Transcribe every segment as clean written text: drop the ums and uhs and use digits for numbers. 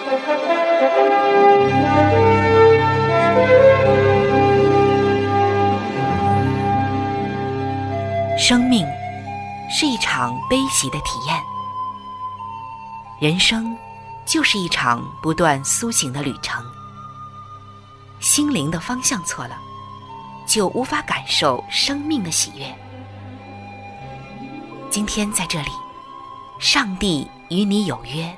生命是一场悲喜的体验，人生就是一场不断苏醒的旅程。心灵的方向错了，就无法感受生命的喜悦。今天在这里，上帝与你有约。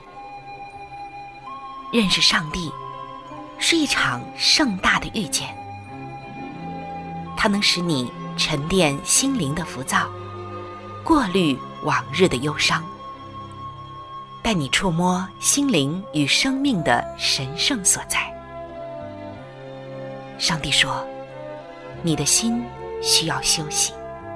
认识上帝是一场盛大的遇见，它能使你沉淀心灵的浮躁，过滤往日的忧伤，带你触摸心灵与生命的神圣所在。上帝说，你的心需要休息。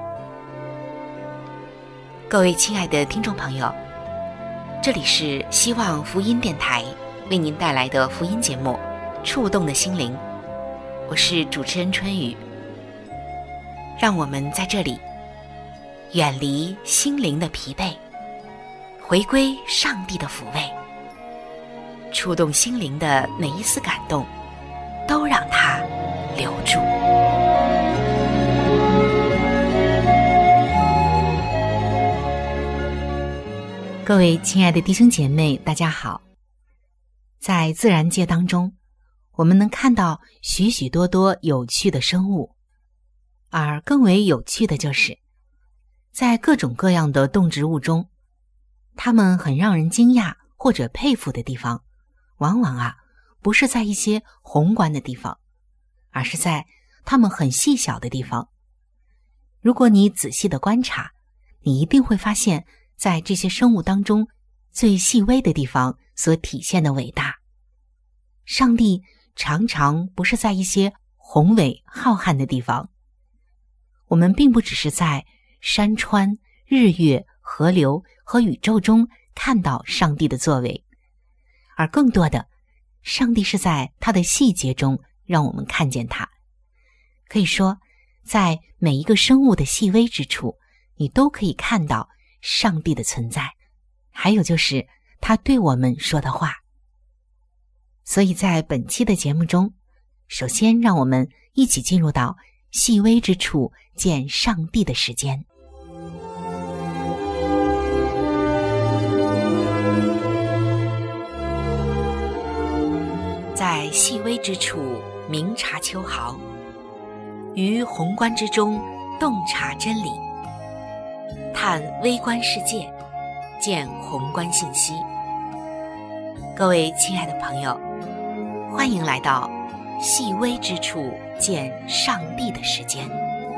各位亲爱的听众朋友，这里是希望福音电台为您带来的福音节目《触动的心灵》，我是主持人春雨。让我们在这里远离心灵的疲惫，回归上帝的抚慰，触动心灵的每一丝感动，都让它留住。各位亲爱的弟兄姐妹，大家好。在自然界当中，我们能看到许许多多有趣的生物，而更为有趣的就是，在各种各样的动植物中，它们很让人惊讶或者佩服的地方，往往不是在一些宏观的地方，而是在它们很细小的地方。如果你仔细的观察，你一定会发现，在这些生物当中，最细微的地方所体现的伟大。上帝常常不是在一些宏伟浩瀚的地方，我们并不只是在山川、日月、河流和宇宙中看到上帝的作为，而更多的，上帝是在他的细节中让我们看见他。可以说，在每一个生物的细微之处，你都可以看到上帝的存在，还有就是他对我们说的话。所以在本期的节目中，首先让我们一起进入到细微之处见上帝的时间。在细微之处明察秋毫，于宏观之中洞察真理，探微观世界，见宏观信息。各位亲爱的朋友，欢迎来到细微之处见上帝的时间。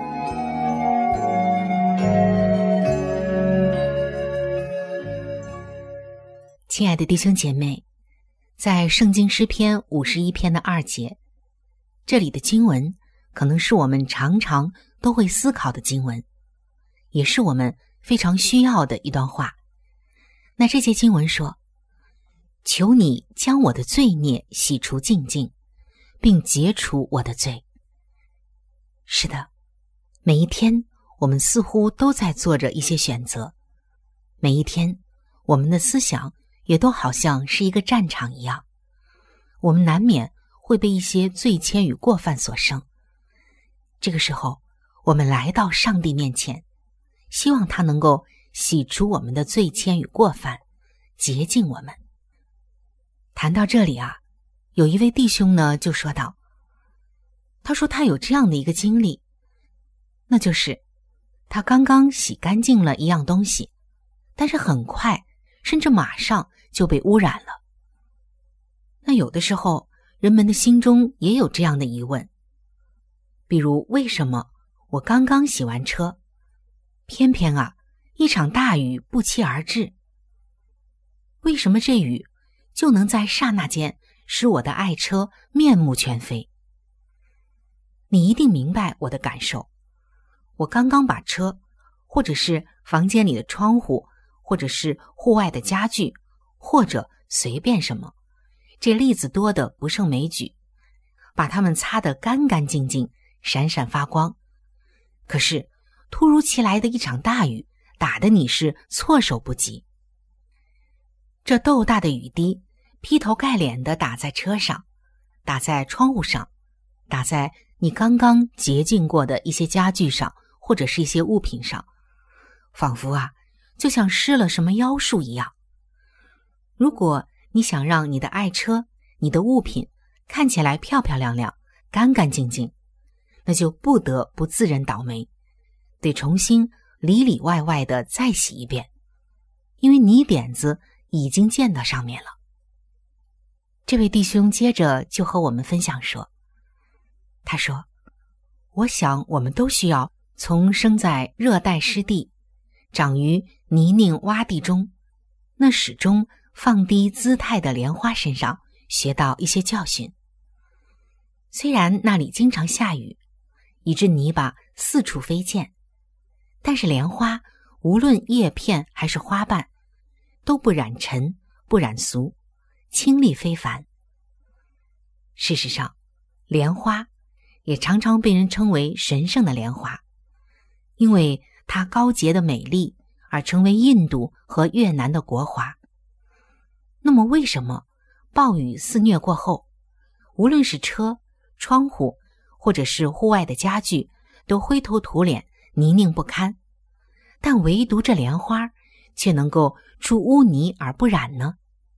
亲爱的弟兄姐妹，在圣经诗篇51篇的2节，这里的经文可能是我们常常都会思考的经文，也是我们非常需要的一段话。那这节经文说，求你将我的罪孽洗除净净，并解除我的罪。是的，每一天我们似乎都在做着一些选择，每一天我们的思想也都好像是一个战场一样，我们难免会被一些罪愆与过犯所胜。这个时候，我们来到上帝面前，希望他能够洗除我们的罪愆与过犯，洁净我们。谈到这里有一位弟兄呢就说道，他说他有这样的一个经历，那就是他刚刚洗干净了一样东西，但是很快甚至马上就被污染了。那有的时候人们的心中也有这样的疑问，比如为什么我刚刚洗完车，偏偏一场大雨不期而至？为什么这雨就能在刹那间使我的爱车面目全非？你一定明白我的感受。我刚刚把车，或者是房间里的窗户，或者是户外的家具，或者随便什么，这例子多得不胜枚举，把它们擦得干干净净，闪闪发光。可是突如其来的一场大雨，打得你是措手不及。这豆大的雨滴劈头盖脸地打在车上，打在窗户上，打在你刚刚洁净过的一些家具上，或者是一些物品上，仿佛就像施了什么妖术一样。如果你想让你的爱车、你的物品看起来漂漂亮亮、干干净净，那就不得不自认倒霉，得重新里里外外的再洗一遍，因为泥点子已经溅到上面了。这位弟兄接着就和我们分享说，他说，我想我们都需要从生在热带湿地、长于泥泞洼地中，那始终放低姿态的莲花身上学到一些教训。虽然那里经常下雨，以致泥巴四处飞溅，但是莲花无论叶片还是花瓣，都不染尘不染俗，清丽非凡。事实上，莲花也常常被人称为神圣的莲花，因为它高洁的美丽而成为印度和越南的国花。那么为什么暴雨肆虐过后，无论是车、窗户或者是户外的家具都灰头土脸、泥泞不堪，但唯独这莲花却能够出污泥而不染呢？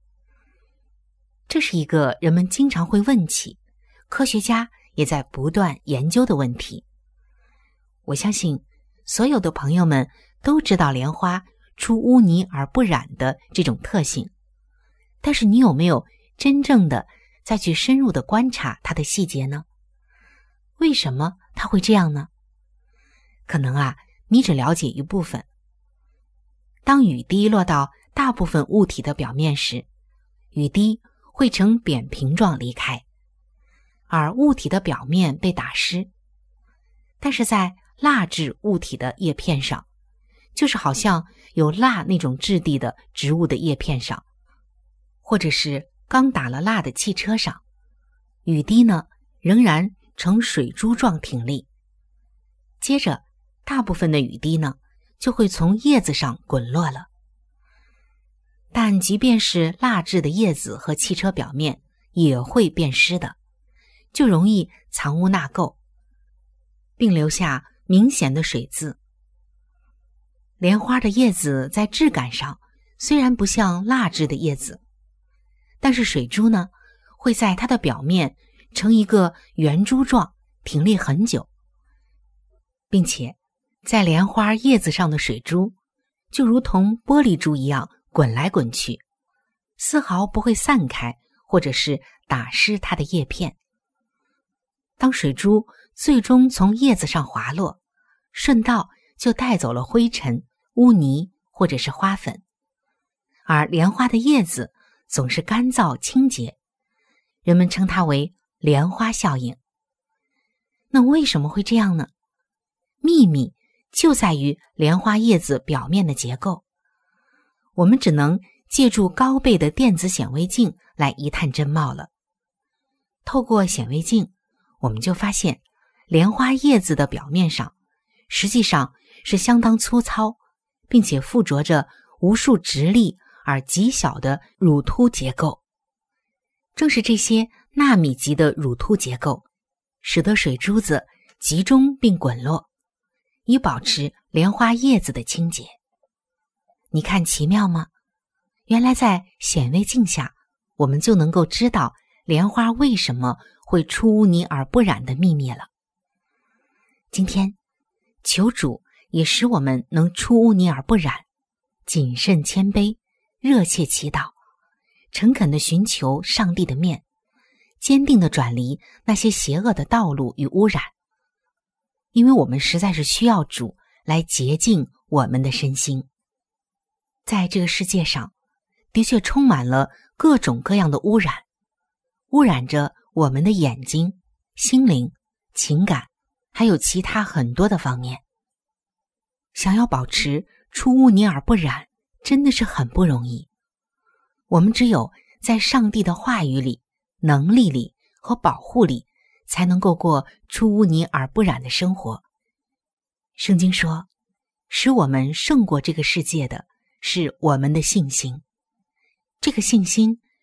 这是一个人们经常会问起，科学家也在不断研究的问题。我相信所有的朋友们都知道莲花出污泥而不染的这种特性，但是你有没有真正的再去深入的观察它的细节呢？为什么它会这样呢？可能你只了解一部分。当雨滴落到大部分物体的表面时，雨滴会呈扁平状离开，而物体的表面被打湿。但是在蜡质物体的叶片上，就是好像有蜡那种质地的植物的叶片上，或者是刚打了蜡的汽车上，雨滴呢仍然呈水珠状挺立。接着大部分的雨滴呢就会从叶子上滚落了。但即便是蜡质的叶子和汽车表面也会变湿的，就容易藏污纳垢，并留下明显的水渍。莲花的叶子在质感上虽然不像蜡质的叶子，但是水珠呢会在它的表面呈一个圆珠状挺立很久，并且在莲花叶子上的水珠就如同玻璃珠一样滚来滚去，丝毫不会散开或者是打湿它的叶片。当水珠最终从叶子上滑落，顺道就带走了灰尘、污泥或者是花粉，而莲花的叶子总是干燥清洁，人们称它为莲花效应。那为什么会这样呢？秘密就在于莲花叶子表面的结构，我们只能借助高倍的电子显微镜来一探真貌了。透过显微镜，我们就发现莲花叶子的表面上实际上是相当粗糙，并且附着着无数直立而极小的乳突结构。正是这些纳米级的乳突结构，使得水珠子集中并滚落，以保持莲花叶子的清洁。你看奇妙吗？原来在显微镜下，我们就能够知道莲花为什么会出污泥而不染的秘密了。今天，求主也使我们能出污泥而不染，谨慎谦卑，热切祈祷，诚恳地寻求上帝的面，坚定地转离那些邪恶的道路与污染。因为我们实在是需要主来洁净我们的身心。在这个世界上，的确充满了各种各样的污染，污染着我们的眼睛、心灵、情感，还有其他很多的方面。想要保持出污泥而不染，真的是很不容易。我们只有在上帝的话语里、能力里和保护里，才能够过出污泥而不染的生活。圣经说，使我们胜过这个世界的是我们的信心。这个信心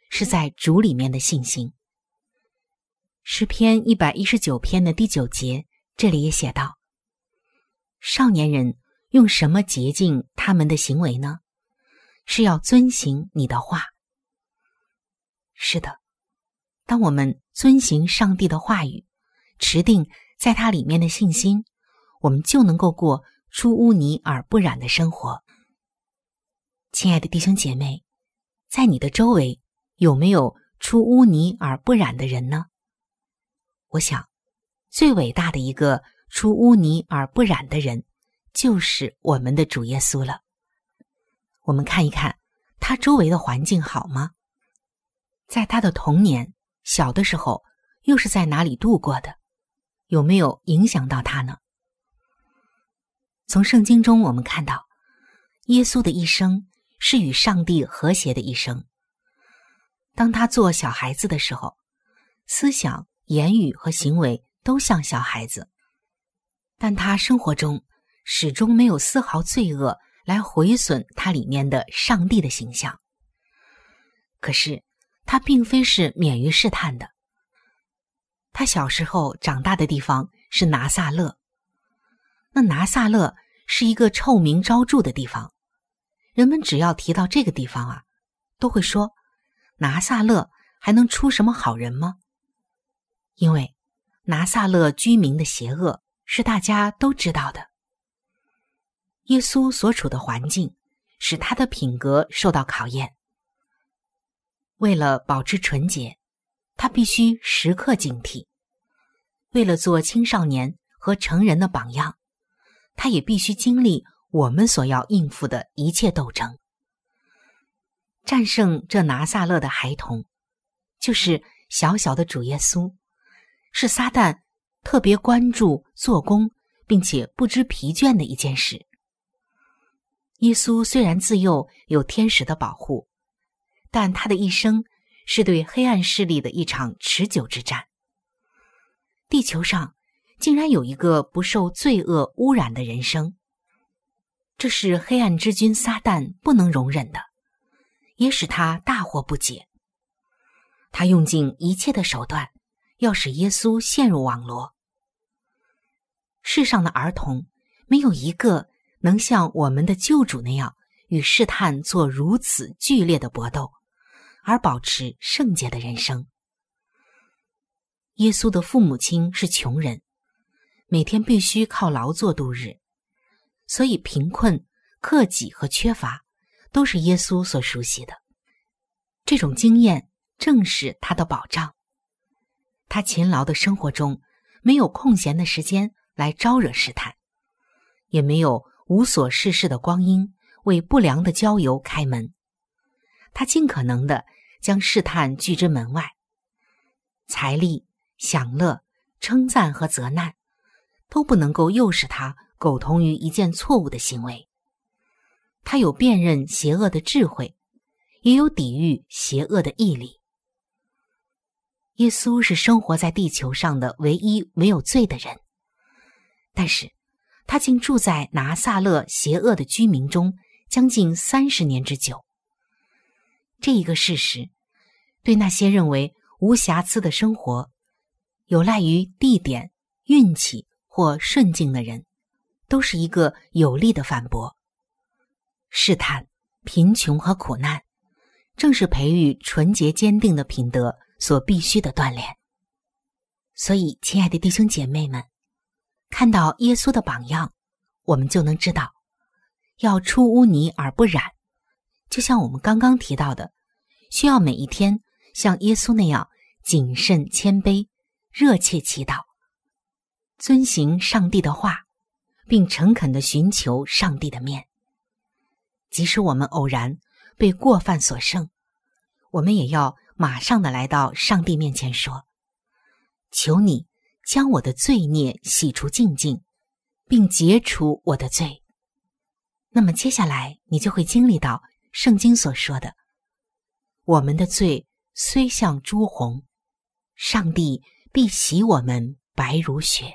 是在主里面的信心。诗篇119篇的第9节，这里也写道：少年人用什么洁净他们的行为呢？是要遵行你的话。是的，当我们遵行上帝的话语，持定在它里面的信心，我们就能够过出污泥而不染的生活。亲爱的弟兄姐妹，在你的周围有没有出污泥而不染的人呢？我想，最伟大的一个出污泥而不染的人，就是我们的主耶稣了。我们看一看他周围的环境好吗？在他的童年，小的时候，又是在哪里度过的？有没有影响到他呢？从圣经中我们看到，耶稣的一生是与上帝和谐的一生。当他做小孩子的时候，思想、言语和行为都像小孩子，但他生活中始终没有丝毫罪恶来毁损他里面的上帝的形象。可是他并非是免于试探的。他小时候长大的地方是拿撒勒，那拿撒勒是一个臭名昭著的地方，人们只要提到这个地方啊，都会说拿撒勒还能出什么好人吗？因为拿撒勒居民的邪恶是大家都知道的。耶稣所处的环境使他的品格受到考验。为了保持纯洁，他必须时刻警惕。为了做青少年和成人的榜样，他也必须经历我们所要应付的一切斗争。战胜这拿撒勒的孩童，就是小小的主耶稣，是撒旦特别关注、做工，并且不知疲倦的一件事。耶稣虽然自幼有天使的保护，但他的一生是对黑暗势力的一场持久之战。地球上竟然有一个不受罪恶污染的人生，这是黑暗之君撒旦不能容忍的，也使他大惑不解。他用尽一切的手段，要使耶稣陷入网罗。世上的儿童没有一个能像我们的救主那样与试探做如此剧烈的搏斗，而保持圣洁的人生。耶稣的父母亲是穷人，每天必须靠劳作度日，所以贫困、克己和缺乏都是耶稣所熟悉的。这种经验正是他的保障。他勤劳的生活中没有空闲的时间来招惹试探，也没有无所事事的光阴为不良的交友开门。他尽可能地将试探拒之门外。财力、享乐、称赞和责难都不能够诱使他苟同于一件错误的行为。他有辨认邪恶的智慧，也有抵御邪恶的毅力。耶稣是生活在地球上的唯一没有罪的人，但是他竟住在拿撒勒邪恶的居民中将近30年之久。这一个事实对那些认为无瑕疵的生活有赖于地点、运气或顺境的人，都是一个有力的反驳。试探、贫穷和苦难正是培育纯洁坚定的品德所必须的锻炼。所以亲爱的弟兄姐妹们，看到耶稣的榜样，我们就能知道要出污泥而不染，就像我们刚刚提到的，需要每一天像耶稣那样谨慎谦卑，热切祈祷，遵行上帝的话，并诚恳地寻求上帝的面。即使我们偶然被过犯所胜，我们也要马上地来到上帝面前说，求你将我的罪孽洗除净净，并解除我的罪。那么接下来你就会经历到圣经所说的，我们的罪虽像朱红，上帝必洗我们白如雪。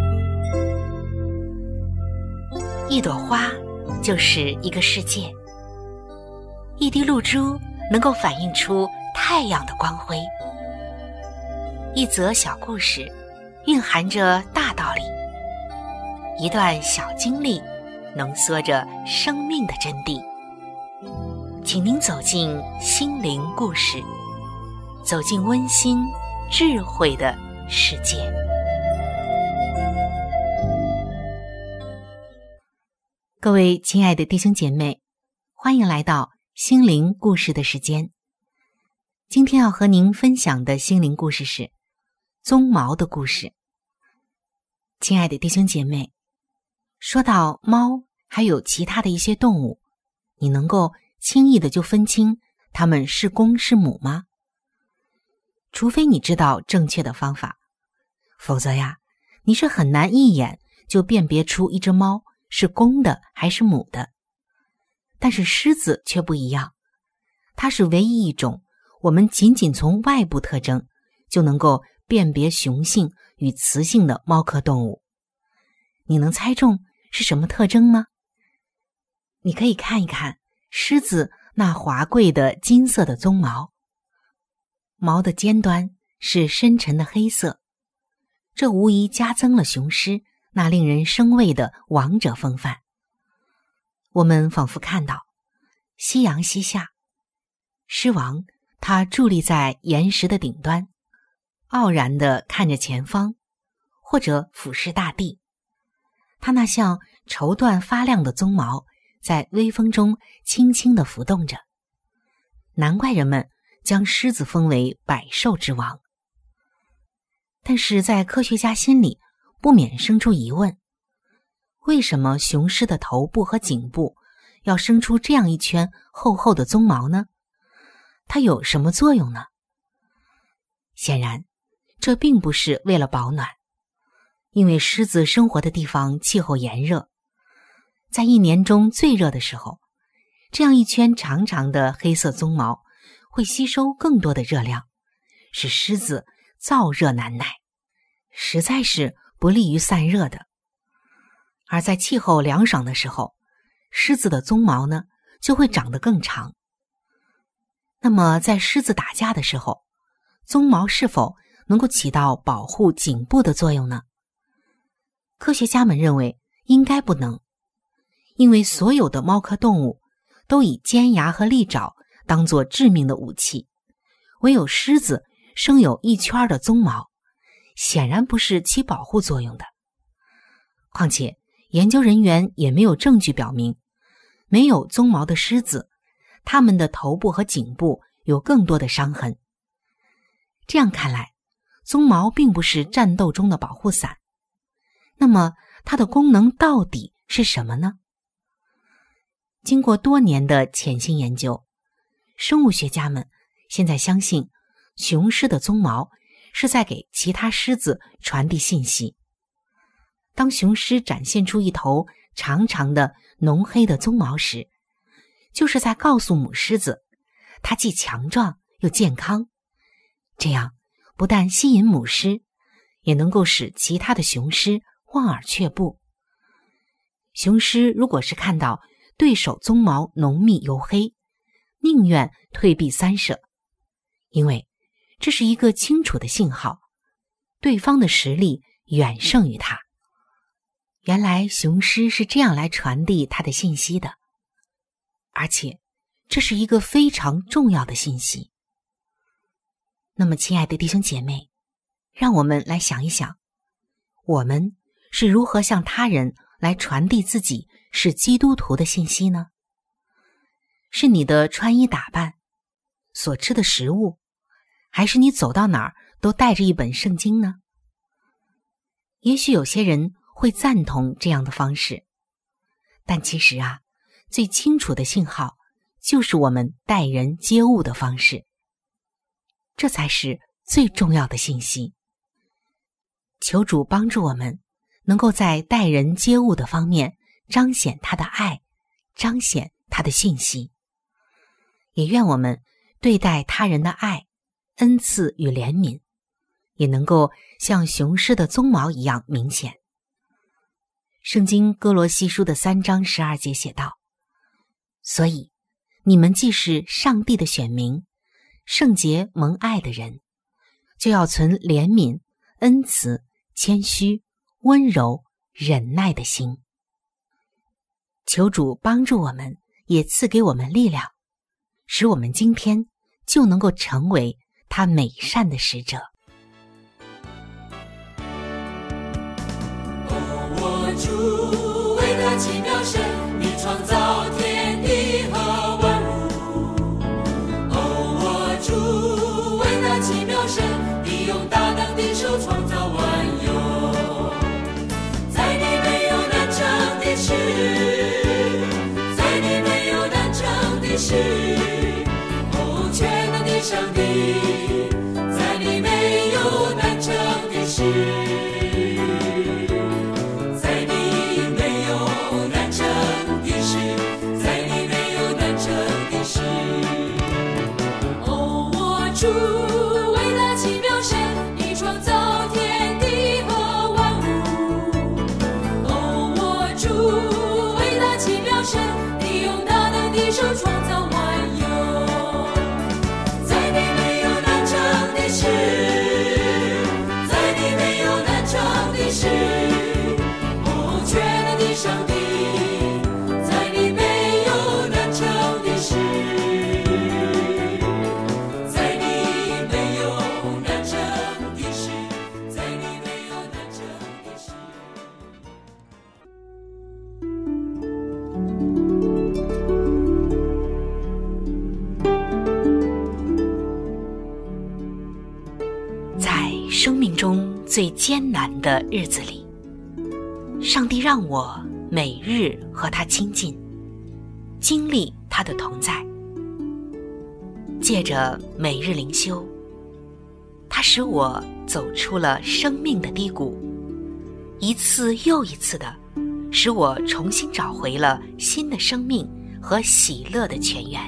一朵花就是一个世界， 一滴露珠能够反映出太阳的光辉。一则小故事蕴含着大道理，一段小经历浓缩着生命的真谛。请您走进心灵故事，走进温馨智慧的世界。各位亲爱的弟兄姐妹，欢迎来到心灵故事的时间。今天要和您分享的心灵故事是鬃毛的故事。亲爱的弟兄姐妹，说到猫还有其他的一些动物，你能够轻易的就分清它们是公是母吗？除非你知道正确的方法，否则呀，你是很难一眼就辨别出一只猫是公的还是母的。但是狮子却不一样，它是唯一一种我们仅仅从外部特征就能够辨别雄性与雌性的猫科动物。你能猜中是什么特征吗？你可以看一看狮子那华贵的金色的鬃毛，毛的尖端是深沉的黑色，这无疑加增了雄狮那令人生畏的王者风范。我们仿佛看到夕阳西下，狮王他伫立在岩石的顶端，傲然地看着前方，或者俯视大地。他那像绸缎发亮的鬃毛在微风中轻轻地浮动着，难怪人们将狮子封为百兽之王。但是在科学家心里不免生出疑问，为什么雄狮的头部和颈部要生出这样一圈厚厚的鬃毛呢？它有什么作用呢？显然，这并不是为了保暖，因为狮子生活的地方气候炎热，在一年中最热的时候，这样一圈长长的黑色鬃毛会吸收更多的热量，使狮子燥热难耐，实在是不利于散热的。而在气候凉爽的时候，狮子的鬃毛呢就会长得更长。那么在狮子打架的时候，鬃毛是否能够起到保护颈部的作用呢？科学家们认为应该不能，因为所有的猫科动物都以尖牙和利爪当作致命的武器，唯有狮子生有一圈的鬃毛，显然不是起保护作用的。况且研究人员也没有证据表明，没有鬃毛的狮子，它们的头部和颈部有更多的伤痕。这样看来，鬃毛并不是战斗中的保护伞。那么它的功能到底是什么呢？经过多年的潜心研究，生物学家们现在相信雄狮的鬃毛是在给其他狮子传递信息。当雄狮展现出一头长长的浓黑的鬃毛时，就是在告诉母狮子，它既强壮又健康。这样不但吸引母狮，也能够使其他的雄狮望而却步。雄狮如果是看到对手鬃毛浓密黝黑，宁愿退避三舍，因为这是一个清楚的信号，对方的实力远胜于他。原来雄狮是这样来传递它的信息的，而且这是一个非常重要的信息。那么亲爱的弟兄姐妹，让我们来想一想，我们是如何向他人来传递自己是基督徒的信息呢？是你的穿衣打扮，所吃的食物，还是你走到哪儿都带着一本圣经呢？也许有些人会赞同这样的方式，但其实啊，最清楚的信号就是我们待人接物的方式，这才是最重要的信息。求主帮助我们能够在待人接物的方面彰显他的爱，彰显他的信息。也愿我们对待他人的爱、恩赐与怜悯，也能够像雄狮的鬃毛一样明显。圣经哥罗西书的3章12节写道：所以你们既是上帝的选民，圣洁蒙爱的人，就要存怜悯、恩慈、谦虚、温柔、忍耐的心。求主帮助我们，也赐给我们力量，使我们今天就能够成为他美善的使者。 我主伟大奇妙神，你创造天地和万物。我主伟大奇妙神，你用大能的手创造万有。在你没有难成的事，在你没有难成的事。全能的上帝，在你没有难成的事。主伟大奇妙神，你创造天地和万物。我主伟大奇妙神，你用大能的手创造万有。在你没有难成的事，在你没有难成的事。全能的上帝，在你没有难成的事。 生命中最艰难的日子里，上帝让我每日和他亲近，经历他的同在。借着每日灵修，他使我走出了生命的低谷，一次又一次的使我重新找回了新的生命和喜乐的泉源。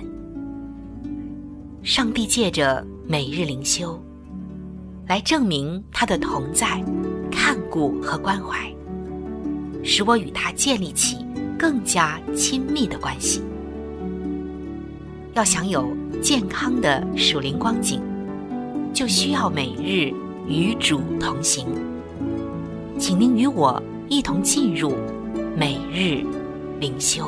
上帝借着每日灵修来证明他的同在、看顾和关怀，使我与他建立起更加亲密的关系。要享有健康的属灵光景，就需要每日与主同行。请您与我一同进入每日灵修。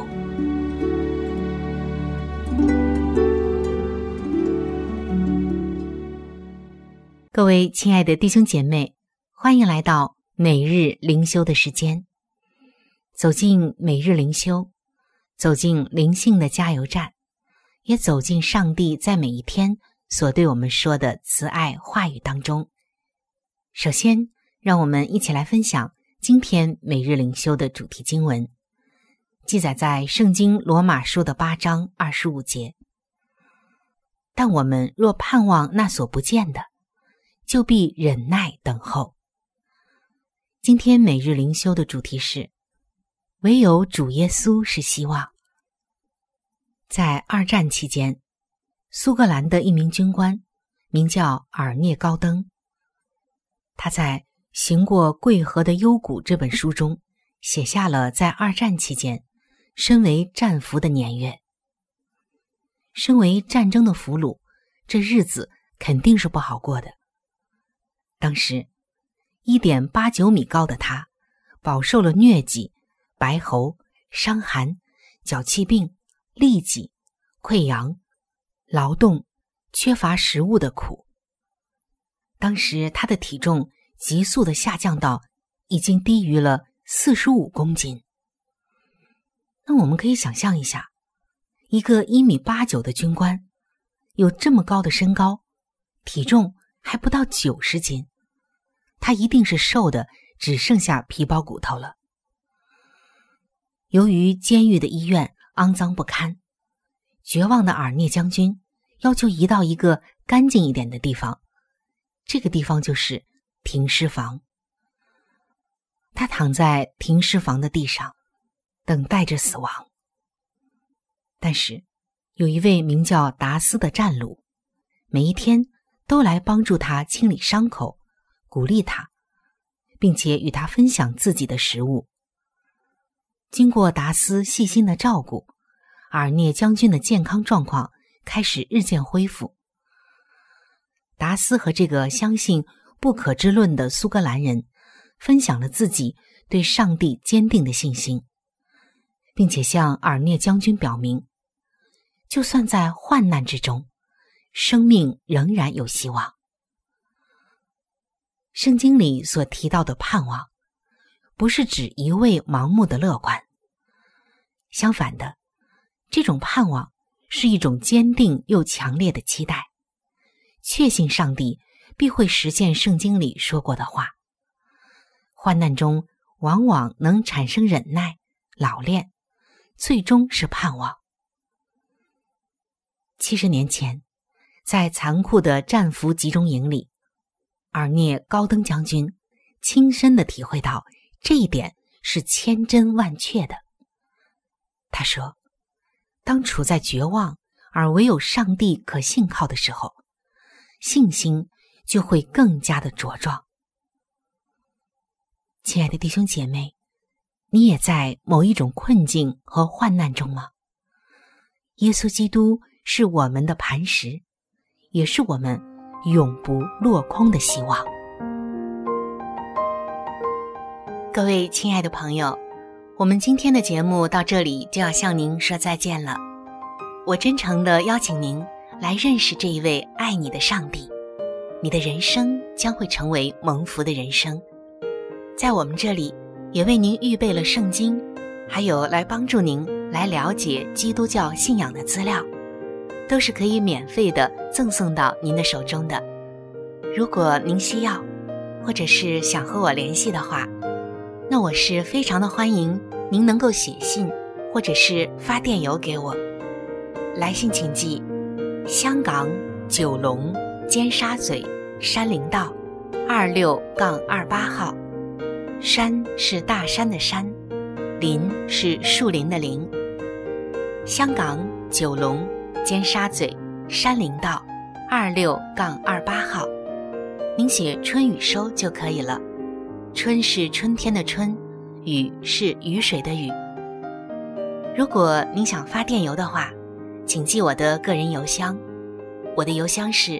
各位亲爱的弟兄姐妹，欢迎来到每日灵修的时间。走进每日灵修，走进灵性的加油站，也走进上帝在每一天所对我们说的慈爱话语当中。首先，让我们一起来分享今天每日灵修的主题经文，记载在圣经罗马书的8章25节。但我们若盼望那所不见的，就必忍耐等候。今天每日灵修的主题是唯有主耶稣是希望。在二战期间，苏格兰的一名军官名叫尔涅高登，他在《行过贵河的幽谷》这本书中写下了在二战期间身为战俘的年月。身为战争的俘虏，这日子肯定是不好过的。当时 1.89 米高的他饱受了疟疾、白喉、伤寒、脚气病、痢疾、溃疡、劳动、缺乏食物的苦。当时他的体重急速地下降到已经低于了45公斤。那我们可以想象一下，一个1.89米的军官，有这么高的身高，体重还不到90斤，他一定是瘦的只剩下皮包骨头了。由于监狱的医院肮脏不堪，绝望的尔涅将军要求移到一个干净一点的地方，这个地方就是停尸房。他躺在停尸房的地上，等待着死亡。但是有一位名叫达斯的战俘，每一天都来帮助他清理伤口，鼓励他，并且与他分享自己的食物。经过达斯细心的照顾， 尔涅将军的健康状况开始日渐恢复。达斯和这个相信不可知论的苏格兰人分享了自己对上帝坚定的信心，并且向尔涅将军表明，就算在患难之中，生命仍然有希望。圣经里所提到的盼望，不是指一味盲目的乐观，相反的，这种盼望是一种坚定又强烈的期待，确信上帝必会实现圣经里说过的话。患难中往往能产生忍耐、老练，最终是盼望。70年前，在残酷的战俘集中营里，尔涅高登将军亲身地体会到这一点是千真万确的。他说，当处在绝望而唯有上帝可信靠的时候，信心就会更加的茁壮。亲爱的弟兄姐妹，你也在某一种困境和患难中吗？耶稣基督是我们的磐石，也是我们永不落空的希望。各位亲爱的朋友，我们今天的节目到这里就要向您说再见了。我真诚地邀请您来认识这一位爱你的上帝，你的人生将会成为蒙福的人生。在我们这里也为您预备了圣经，还有来帮助您来了解基督教信仰的资料，都是可以免费的赠送到您的手中的。如果您需要，或者是想和我联系的话，那我是非常的欢迎您能够写信或者是发电邮给我。来信请寄香港九龙尖沙咀山林道26-28号，山是大山的山，林是树林的林。香港九龙尖沙咀山林道26-28号，您写春雨收就可以了。春是春天的春，雨是雨水的雨。如果您想发电邮的话，请寄我的个人邮箱，我的邮箱是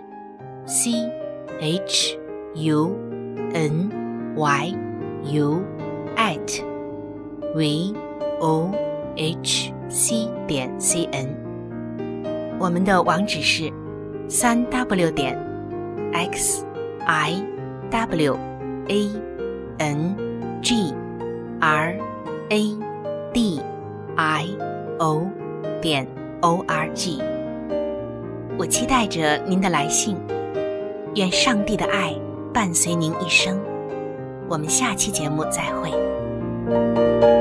chunyu@vohc.cn， 我们的网址是 www.xiwangradio.org。 我期待着您的来信，愿上帝的爱伴随您一生。我们下期节目再会。